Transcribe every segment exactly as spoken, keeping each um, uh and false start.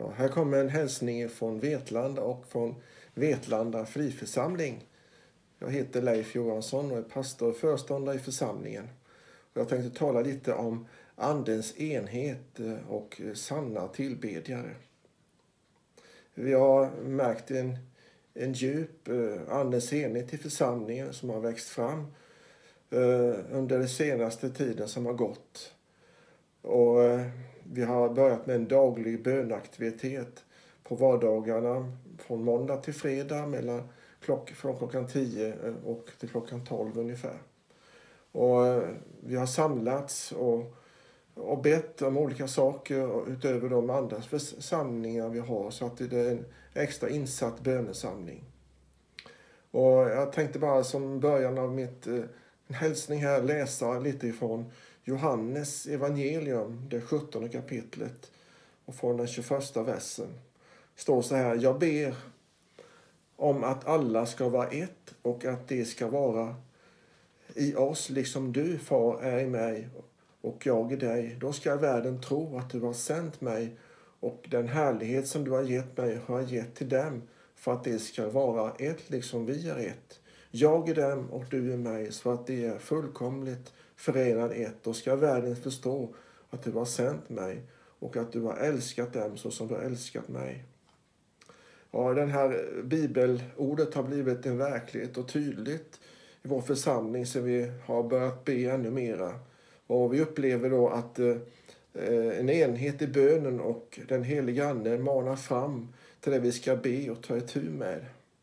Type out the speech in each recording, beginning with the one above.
Ja, här kommer en hälsning från Vetlanda och från Vetlanda friförsamling. Jag heter Leif Johansson och är pastor och föreståndare i församlingen. Och jag tänkte tala lite om andens enhet och sanna tillbedjare. Vi har märkt en, en djup andens enhet i församlingen som har växt fram under den senaste tiden som har gått. Och vi har börjat med en daglig bönaktivitet på vardagarna från måndag till fredag mellan klock, från klockan tio och till klockan tolv ungefär. Och vi har samlats och, och bett om olika saker utöver de andra församlingar vi har, så att det är en extra insatt bönesamling. Och jag tänkte bara som början av mitt en hälsning här läsa lite ifrån Johannes evangelium, det sjuttonde kapitlet och från den tjugoförsta versen. Står så här: jag ber om att alla ska vara ett och att det ska vara i oss liksom du, far, är i mig och jag i dig. Då ska världen tro att du har sänt mig, och den härlighet som du har gett mig har jag gett till dem, för att det ska vara ett liksom vi är ett. Jag i dem och du i mig, så att det är fullkomligt förenad ett. Då ska världen förstå att du har sänt mig och att du har älskat dem så som du har älskat mig. Ja, den här bibelordet har blivit en verklighet och tydligt i vår församling, så vi har börjat be ännu mera. Och vi upplever då att eh, en enhet i bönen och den heliga ande manar fram till det vi ska be och ta itu med.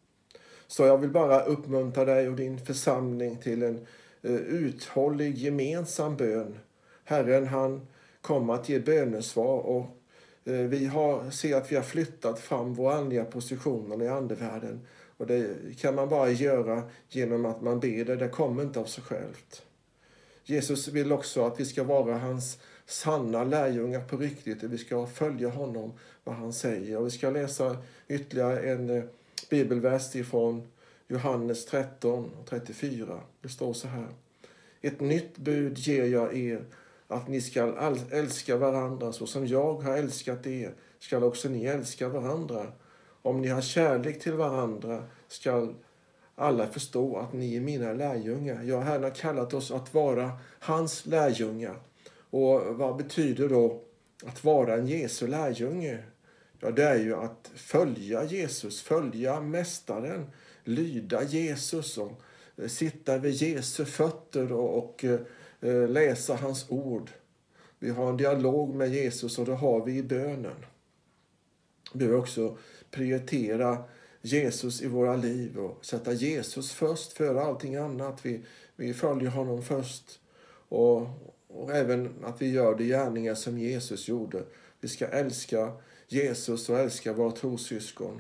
Så jag vill bara uppmuntra dig och din församling till en uh, uthållig gemensam bön. Herren, han kommer att ge bönesvar, och uh, vi har, ser att vi har flyttat fram våra andliga positioner i andevärlden. Och det kan man bara göra genom att man ber det. Det kommer inte av sig självt. Jesus vill också att vi ska vara hans sanna lärjungar på riktigt. Vi ska följa honom, vad han säger. Och vi ska läsa ytterligare en uh, bibelvers ifrån Johannes tretton och trettiofyra. Det står så här: ett nytt bud ger jag er, att ni ska älska varandra så som jag har älskat er, ska också ni älska varandra. Om ni har kärlek till varandra ska alla förstå att ni är mina lärjungar. Jag Herren har kallat oss att vara hans lärjungar. Och vad betyder då att vara en Jesu lärjunge? Ja, det är ju att följa Jesus, följa mästaren, lyda Jesus och sitta vid Jesu fötter och, och eh, läsa hans ord. Vi har en dialog med Jesus, och det har vi i bönen. Vi behöver också prioritera Jesus i våra liv och sätta Jesus först före allting annat. Vi, vi följer honom först, och, och även att vi gör de gärningar som Jesus gjorde. Vi ska älska Jesus och älska våra trossyskon.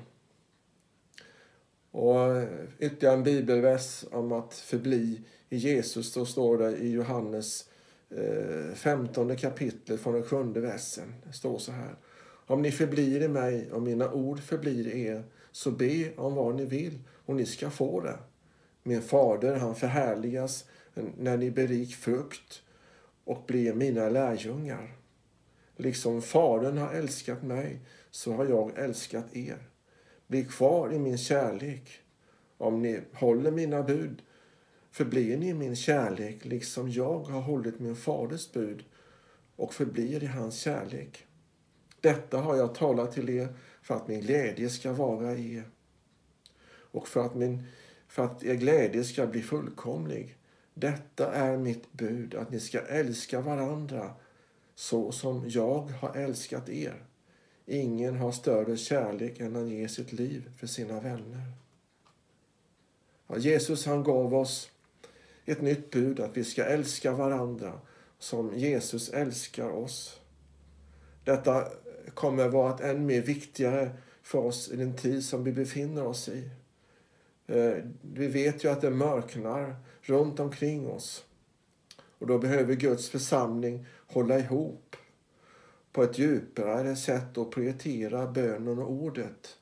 Och ytterligare en bibelvers om att förbli i Jesus, då står det i Johannes femtonde kapitlet från den sjunde versen. Det står så här: om ni förblir i mig och mina ord förblir i er, så be om vad ni vill och ni ska få det. Min fader, han förhärligas när ni berik frukt och blir mina lärjungar. Liksom fadern har älskat mig, så har jag älskat er. Bli kvar i min kärlek. Om ni håller mina bud förblir ni i min kärlek, liksom jag har hållit min faders bud och förblir i hans kärlek. Detta har jag talat till er för att min glädje ska vara i er, och för att, min, för att er glädje ska bli fullkomlig. Detta är mitt bud, att ni ska älska varandra så som jag har älskat er. Ingen har större kärlek än att ge sitt liv för sina vänner. Ja, Jesus, han gav oss ett nytt bud, att vi ska älska varandra som Jesus älskar oss. Detta kommer vara än mer viktigare för oss i den tid som vi befinner oss i. Vi vet ju att det mörknar runt omkring oss. Och då behöver Guds församling hålla ihop på ett djupare sätt och prioritera bönen och ordet.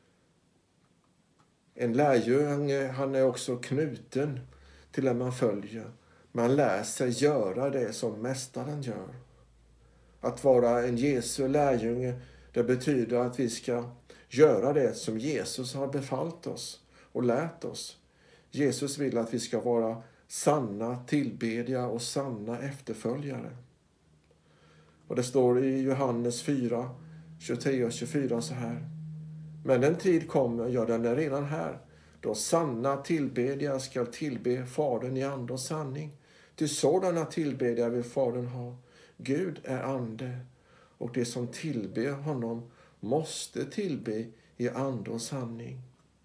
En lärjunge, han är också knuten till det man följer. Man lär sig göra det som mästaren gör. Att vara en Jesu lärjunge Det betyder att vi ska göra det som Jesus har befallt oss och lärt oss. Jesus vill att vi ska vara sanna tillbedjare och sanna efterföljare. Och det står i Johannes fyra, tjugotre och tjugofyra så här. Men den tid kommer, ja den är redan här, då sanna tillbedjare ska tillbe Fadern i ande och sanning. Till sådana tillbedjare vill Fadern ha. Gud är ande, och det som tillber honom måste tillbe i ande och sanning.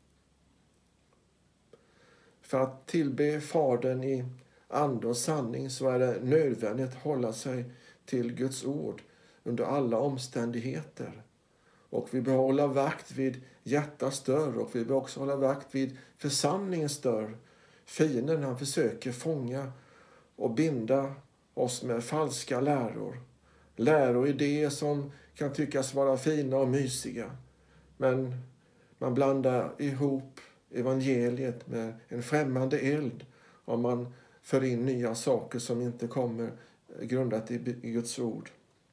För att tillbe Fadern i ande och sanning så är det nödvändigt att hålla sig till Guds ord under alla omständigheter. Och vi bör hålla vakt vid hjärtats dörr, och vi bör också hålla vakt vid församlingens dörr. Fienden han försöker fånga och binda oss med falska läror. Läror, idéer som kan tyckas vara fina och mysiga. Men man blandar ihop evangeliet med en främmande eld om man för in nya saker som inte kommer grundat i Guds ord.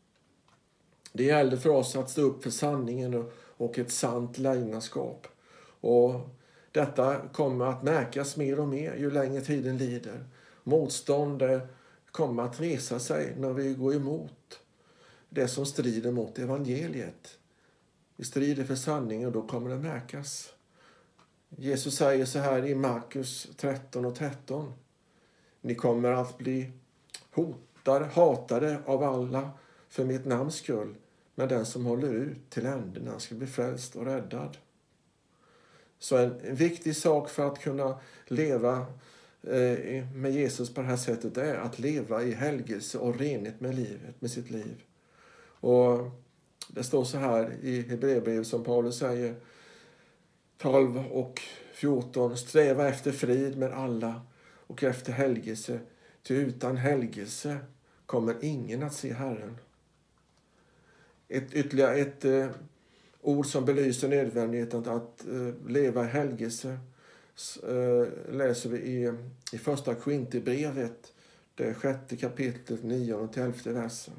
Det gäller för oss att stå upp för sanningen och ett sant lärjungaskap. Och detta kommer att märkas mer och mer ju längre tiden lider. Motstånd kommer att resa sig när vi går emot det som strider mot evangeliet. Vi strider för sanningen och då kommer det märkas. Jesus säger så här i Markus tretton och tretton. Ni kommer att bli hotade, hatade av alla för mitt namns skull. Men den som håller ut till änden ska bli frälst och räddad. Så en, en viktig sak för att kunna leva eh, med Jesus på det här sättet är att leva i helgelse och renhet med livet, med sitt liv. Och det står så här i Hebreerbrevet som Paulus säger tolv och fjorton. Sträva efter frid med alla och efter helgelse. Ty utan helgelse kommer ingen att se Herren. Ett, ytterligare ett eh, ord som belyser nödvändigheten att eh, leva i helgelse eh, läser vi i, i första Korinthierbrevet, det sjätte kapitlet, nionde till elfte versen.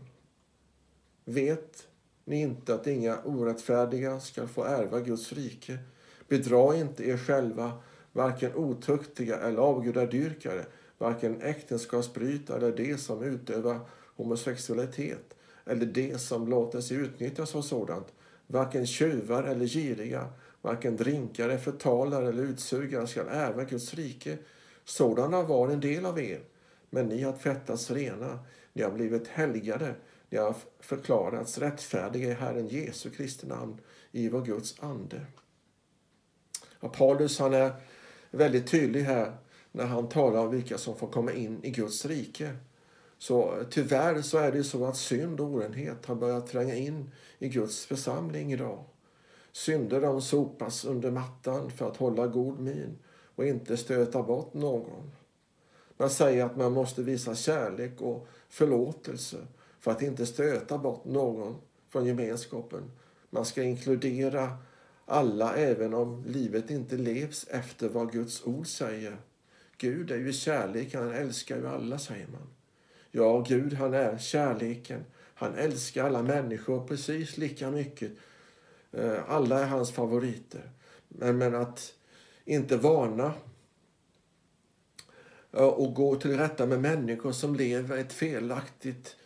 Vet ni inte att inga orättfärdiga ska få ärva Guds rike? Bedra inte er själva, varken otuktiga eller avgudadyrkare, varken äktenskapsbrytare eller de som utövar homosexualitet, eller de som låter sig utnyttjas av sådant, varken tjuvar eller giriga, varken drinkare, förtalare eller utsugare ska ärva Guds rike. Sådana var en del av er, men ni har tvättats rena, ni har blivit helgade, ni har förklarats rättfärdiga i Herren Jesu Kristi namn i vår Guds ande. Och Paulus han är väldigt tydlig här när han talar om vilka som får komma in i Guds rike. Så tyvärr så är det så att synd och orenhet har börjat tränga in i Guds församling idag. Synder de sopas under mattan för att hålla god min och inte stöta bort någon. Man säger att man måste visa kärlek och förlåtelse för att inte stöta bort någon från gemenskapen. Man ska inkludera alla även om livet inte levs efter vad Guds ord säger. Gud är ju kärlek, han älskar ju alla, säger man. Ja, Gud han är kärleken. Han älskar alla människor precis lika mycket. Alla är hans favoriter. Men, men att inte varna och gå till rätta med människor som lever ett felaktigt,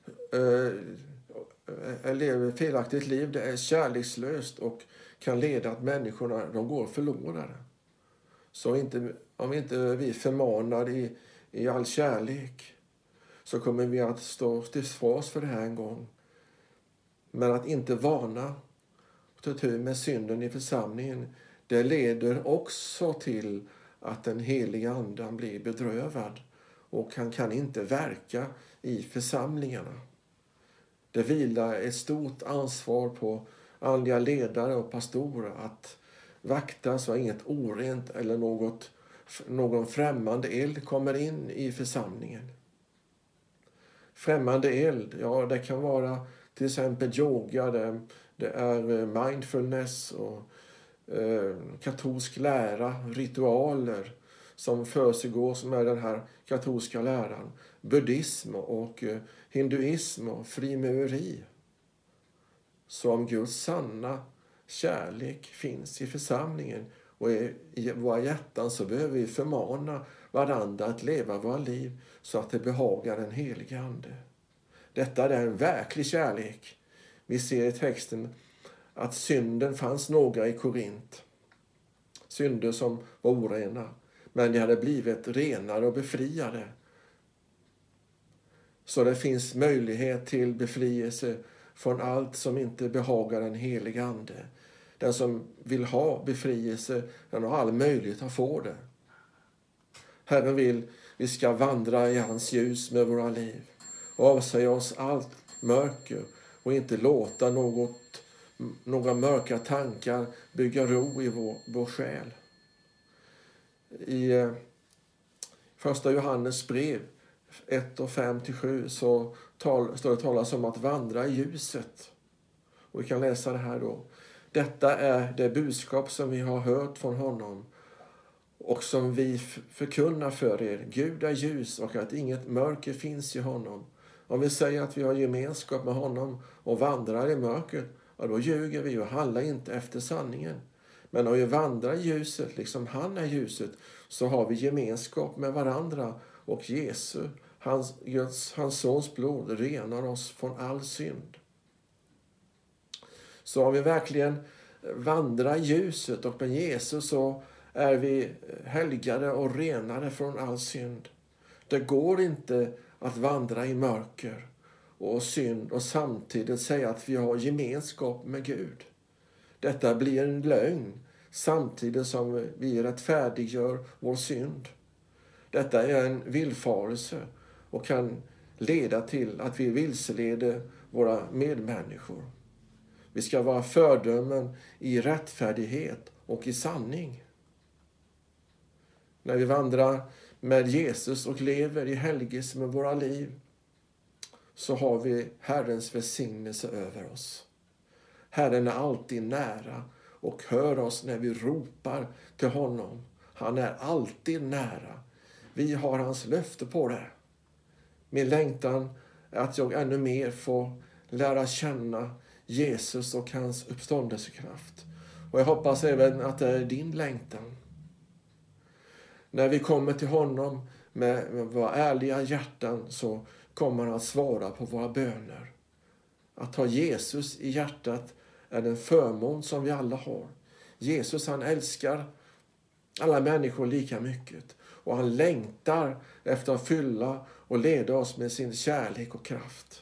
äh, lever ett felaktigt liv, det är kärlekslöst och kan leda att människorna de går förlorade. Så inte, om inte vi förmanar i, i all kärlek så kommer vi att stå till svars för det här en gång. Men att inte varna och ta tur med synden i församlingen, det leder också till att den heliga andan blir bedrövad och han kan inte verka i församlingarna. Det vilar ett stort ansvar på andliga ledare och pastorer att vakta så inget orent eller något, någon främmande eld kommer in i församlingen. Främmande eld, ja det kan vara till exempel yoga, det, det är mindfulness och eh, katolsk lära, ritualer som försiggår som är den här katolska läran, buddhism och eh, hinduism och frimureri. Så om Guds sanna kärlek finns i församlingen och i våra hjärtan, så behöver vi förmana varandra att leva våra liv så att det behagar den helige Ande. Detta är en verklig kärlek. Vi ser i texten att synden fanns några i Korint. Synder som var orena. Men de hade blivit renare och befriade. Så det finns möjlighet till befrielse från allt som inte behagar den helige Ande. Den som vill ha befrielse, den har all möjlighet att få det. Herren vill vi ska vandra i hans ljus med våra liv. Och avsäga oss allt mörker och inte låta något, några mörka tankar bygga ro i vår, vår själ. I eh, första Johannes brev ett och fem till sju så tal, står det talas om att vandra i ljuset. Och vi kan läsa det här då. Detta är det budskap som vi har hört från honom och som vi förkunnar för er. Gud är ljus och att inget mörker finns i honom. Om vi säger att vi har gemenskap med honom och vandrar i mörker, ja, då ljuger vi och handlar inte efter sanningen. Men om vi vandrar i ljuset, liksom han är ljuset, så har vi gemenskap med varandra. Och Jesus, hans, Guds, hans sons blod, renar oss från all synd. Så om vi verkligen vandrar i ljuset och med Jesus, så är vi helgade och renade från all synd. Det går inte att vandra i mörker och synd och samtidigt säga att vi har gemenskap med Gud. Detta blir en lögn samtidigt som vi rättfärdiggör vår synd. Detta är en villfarelse och kan leda till att vi vilseleder våra medmänniskor. Vi ska vara fördömen i rättfärdighet och i sanning. När vi vandrar med Jesus och lever i helgelse med våra liv, så har vi Herrens välsignelse över oss. Herren är alltid nära och hör oss när vi ropar till honom. Han är alltid nära. Vi har hans löfte på det. Min längtan är att jag ännu mer får lära känna Jesus och hans uppståndelsekraft. Och jag hoppas även att det är din längtan. När vi kommer till honom med våra ärliga hjärtan, så kommer han att svara på våra böner. Att ha Jesus i hjärtat är en förmån som vi alla har. Jesus, han älskar alla människor lika mycket. Och han längtar efter att fylla och leda oss med sin kärlek och kraft.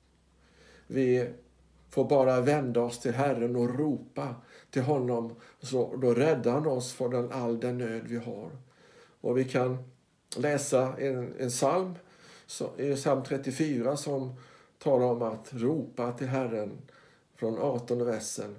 Vi får bara vända oss till Herren och ropa till honom. Så då räddar han oss från all den nöd vi har. Och vi kan läsa en, en psalm, så, i psalm trettiofyra, som talar om att ropa till Herren från artonde versen.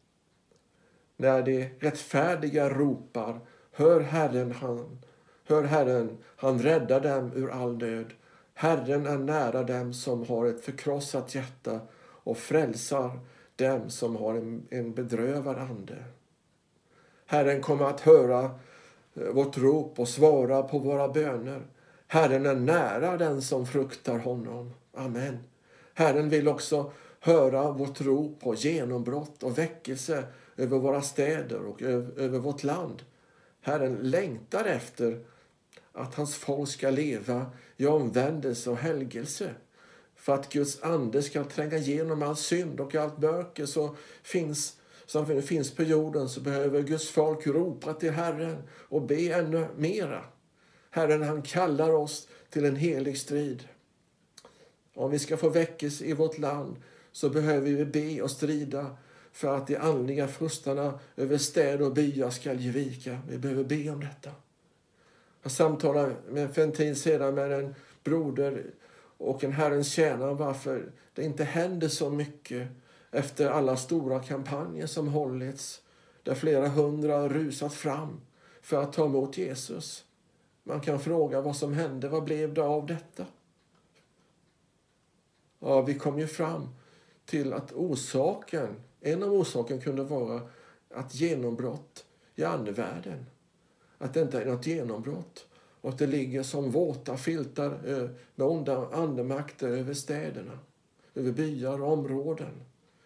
När de rättfärdiga ropar, hör Herren, han, hör Herren, han räddar dem ur all nöd. Herren är nära dem som har ett förkrossat hjärta och frälsar dem som har en, en bedrövad ande. Herren kommer att höra vårt rop och svara på våra böner. Herren är nära den som fruktar honom. Amen. Herren vill också höra vårt rop på genombrott och väckelse över våra städer och över vårt land. Herren längtar efter att hans folk ska leva i omvändelse och helgelse. För att Guds ande ska tränga igenom all synd och allt mörker så finns, som finns på jorden, så behöver Guds folk ropa till Herren och be ännu mera. Herren, han kallar oss till en helig strid. Om vi ska få väckelse i vårt land så behöver vi be och strida för att de andliga frustarna över städer och byar ska ge vika. Vi behöver be om detta. Jag samtalade med för en tid sedan med en broder och en Herrens tjänare varför det inte händer så mycket efter alla stora kampanjer som hållits, där flera hundra har rusat fram för att ta emot Jesus. Man kan fråga vad som hände, vad blev det av detta? Ja, vi kom ju fram till att orsaken, en av orsaken kunde vara att genombrott i andevärlden. Att det inte är något genombrott. Och att det ligger som våta filtar med onda andemakter över städerna, över byar och områden. Det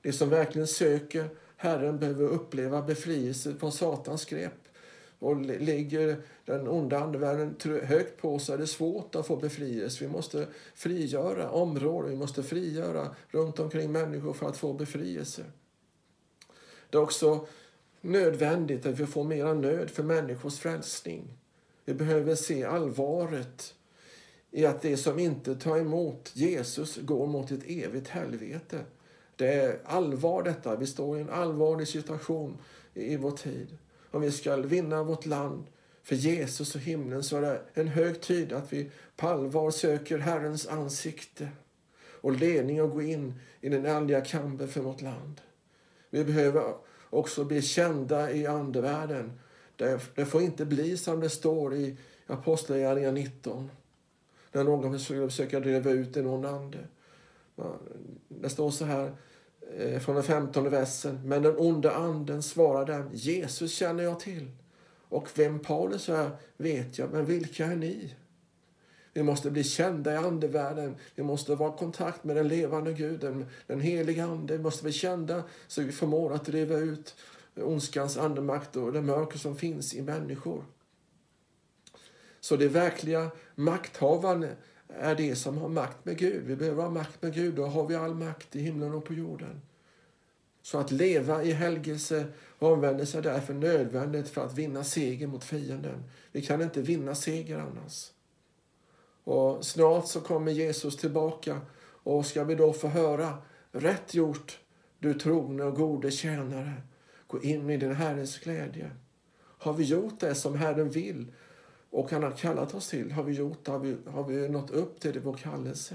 De som verkligen söker Herren behöver uppleva befrielse från Satans grepp. Och ligger den onda andevärlden högt på så är det svårt att få befrielse. Vi måste frigöra områden, vi måste frigöra runt omkring människor för att få befrielse. Det är också nödvändigt att vi får mera nöd för människors frälsning. Vi behöver se allvaret i att det som inte tar emot Jesus går mot ett evigt helvete. Det är allvar detta. Vi står i en allvarlig situation i vår tid. Om vi ska vinna vårt land för Jesus och himlen så är det en hög tid att vi på allvar söker Herrens ansikte och ledning och gå in i den andliga kampen för vårt land. Vi behöver också bli kända i andevärlden. Det, det får inte bli som det står i Apostlagärningarna nitton. När någon försöker driva ut en ond ande. Det står så här från den femtonde versen. Men den onda anden svarar dem: Jesus känner jag till. Och vem Paulus är vet jag, men vilka är ni? Vi måste bli kända i andevärlden. Vi måste vara i kontakt med den levande Guden, den heliga ande. Vi måste bli kända så vi förmår att driva ut ondskans andemakt och det mörker som finns i människor. Så det verkliga makthavande är det som har makt med Gud. Vi behöver ha makt med Gud, då har vi all makt i himlen och på jorden. Så att leva i helgelse och omvändelse är därför nödvändigt för att vinna seger mot fienden. Vi kan inte vinna seger annars. Och snart så kommer Jesus tillbaka och ska vi då få höra: rätt gjort, du trogne och gode tjänare. Gå in i din Herrens glädje. Har vi gjort det som Herren vill och han har kallat oss till? Har vi gjort det? Har vi, har vi nått upp till det vår kallelse?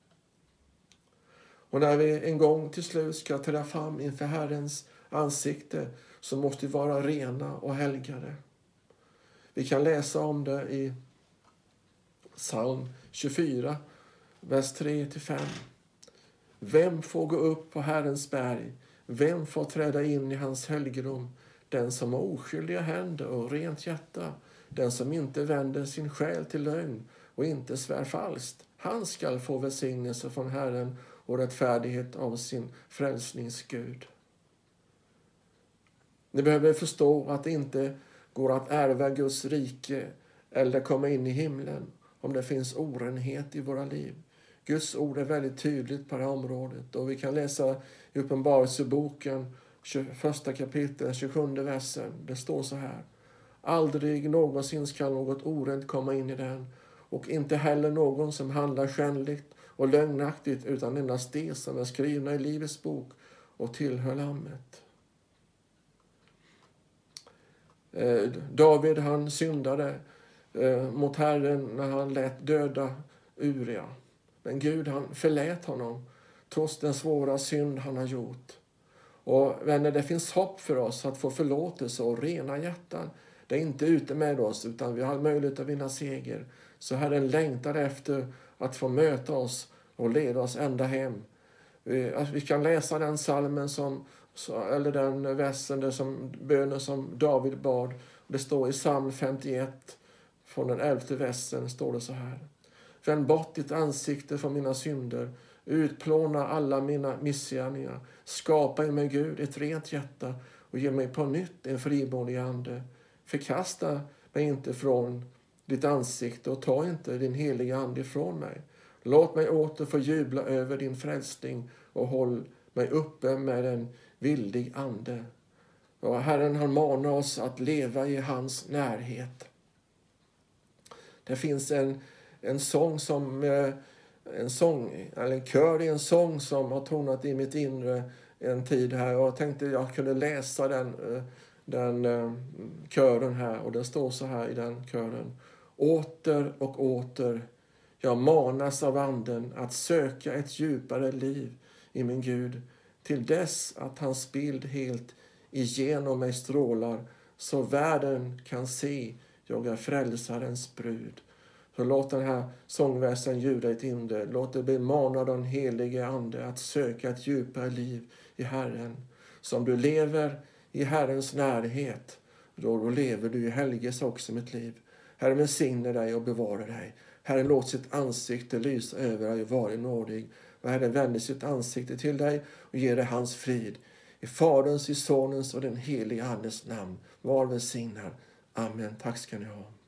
Och när vi en gång till slut ska träda fram inför Herrens ansikte så måste vi vara rena och helgade. Vi kan läsa om det i psalm tjugofyra, vers tre till fem. Vem får gå upp på Herrens berg? Vem får träda in i hans helgedom? Den som har oskyldiga händer och rent hjärta. Den som inte vänder sin själ till lögn och inte svär falskt. Han skall få välsignelse från Herren och rättfärdighet av sin frälsningsgud. Ni behöver förstå att det inte går att ärva Guds rike eller komma in i himlen om det finns orenhet i våra liv. Guds ord är väldigt tydligt på det här området. Och vi kan läsa i Uppenbarelseboken, första kapitlet, tjugosjunde versen. Det står så här: aldrig någonsin ska något orent komma in i den, och inte heller någon som handlar skändligt och lögnaktigt, utan endast det som är skrivna i livets bok och tillhör lammet. Eh, David han syndade eh, mot Herren när han lät döda Uria. Men Gud han förlät honom trots den svåra synd han har gjort. Och vänner, det finns hopp för oss att få förlåtelse och rena hjärtan. Det är inte ute med oss utan vi har möjlighet att vinna seger. Så Herren längtar efter att få möta oss och leda oss ända hem. Vi, alltså vi kan läsa den salmen som, eller den versen, där som, bönen som David bad. Det står i psalm femtioett från den elfte versen står det så här: vänd bort ditt ansikte från mina synder, utplåna alla mina missgärningar, skapa i mig Gud ett rent hjärta och ge mig på nytt en frimodig ande. Förkasta mig inte från ditt ansikte och ta inte din heliga ande ifrån mig. Låt mig åter få jubla över din frälsning och håll mig uppe med en vildig ande. Och Herren han manar oss att leva i hans närhet. Det finns en, en sång som en sång eller en kör i en sång som har tonat i mitt inre en tid här, och jag tänkte jag kunde läsa den den kören här, och det står så här i den kören: åter och åter jag manas av anden att söka ett djupare liv i min Gud, till dess att hans bild helt igenom mig strålar, så världen kan se jag är frälsarens brud. Så låt den här sångversen ljuda ett inre. Låt det bli manad av den helige ande att söka ett djupare liv i Herren. Som du lever i Herrens närhet, då, då lever du i helgelse också mitt liv. Herren välsigne dig och bevara dig. Herren låt sitt ansikte lysa över dig och vara nådig. Och Herren vänder sitt ansikte till dig och ger dig hans frid. I Faderns, i Sonens och den helige Andes namn. Var välsignad. Amen. Tack ska ni ha.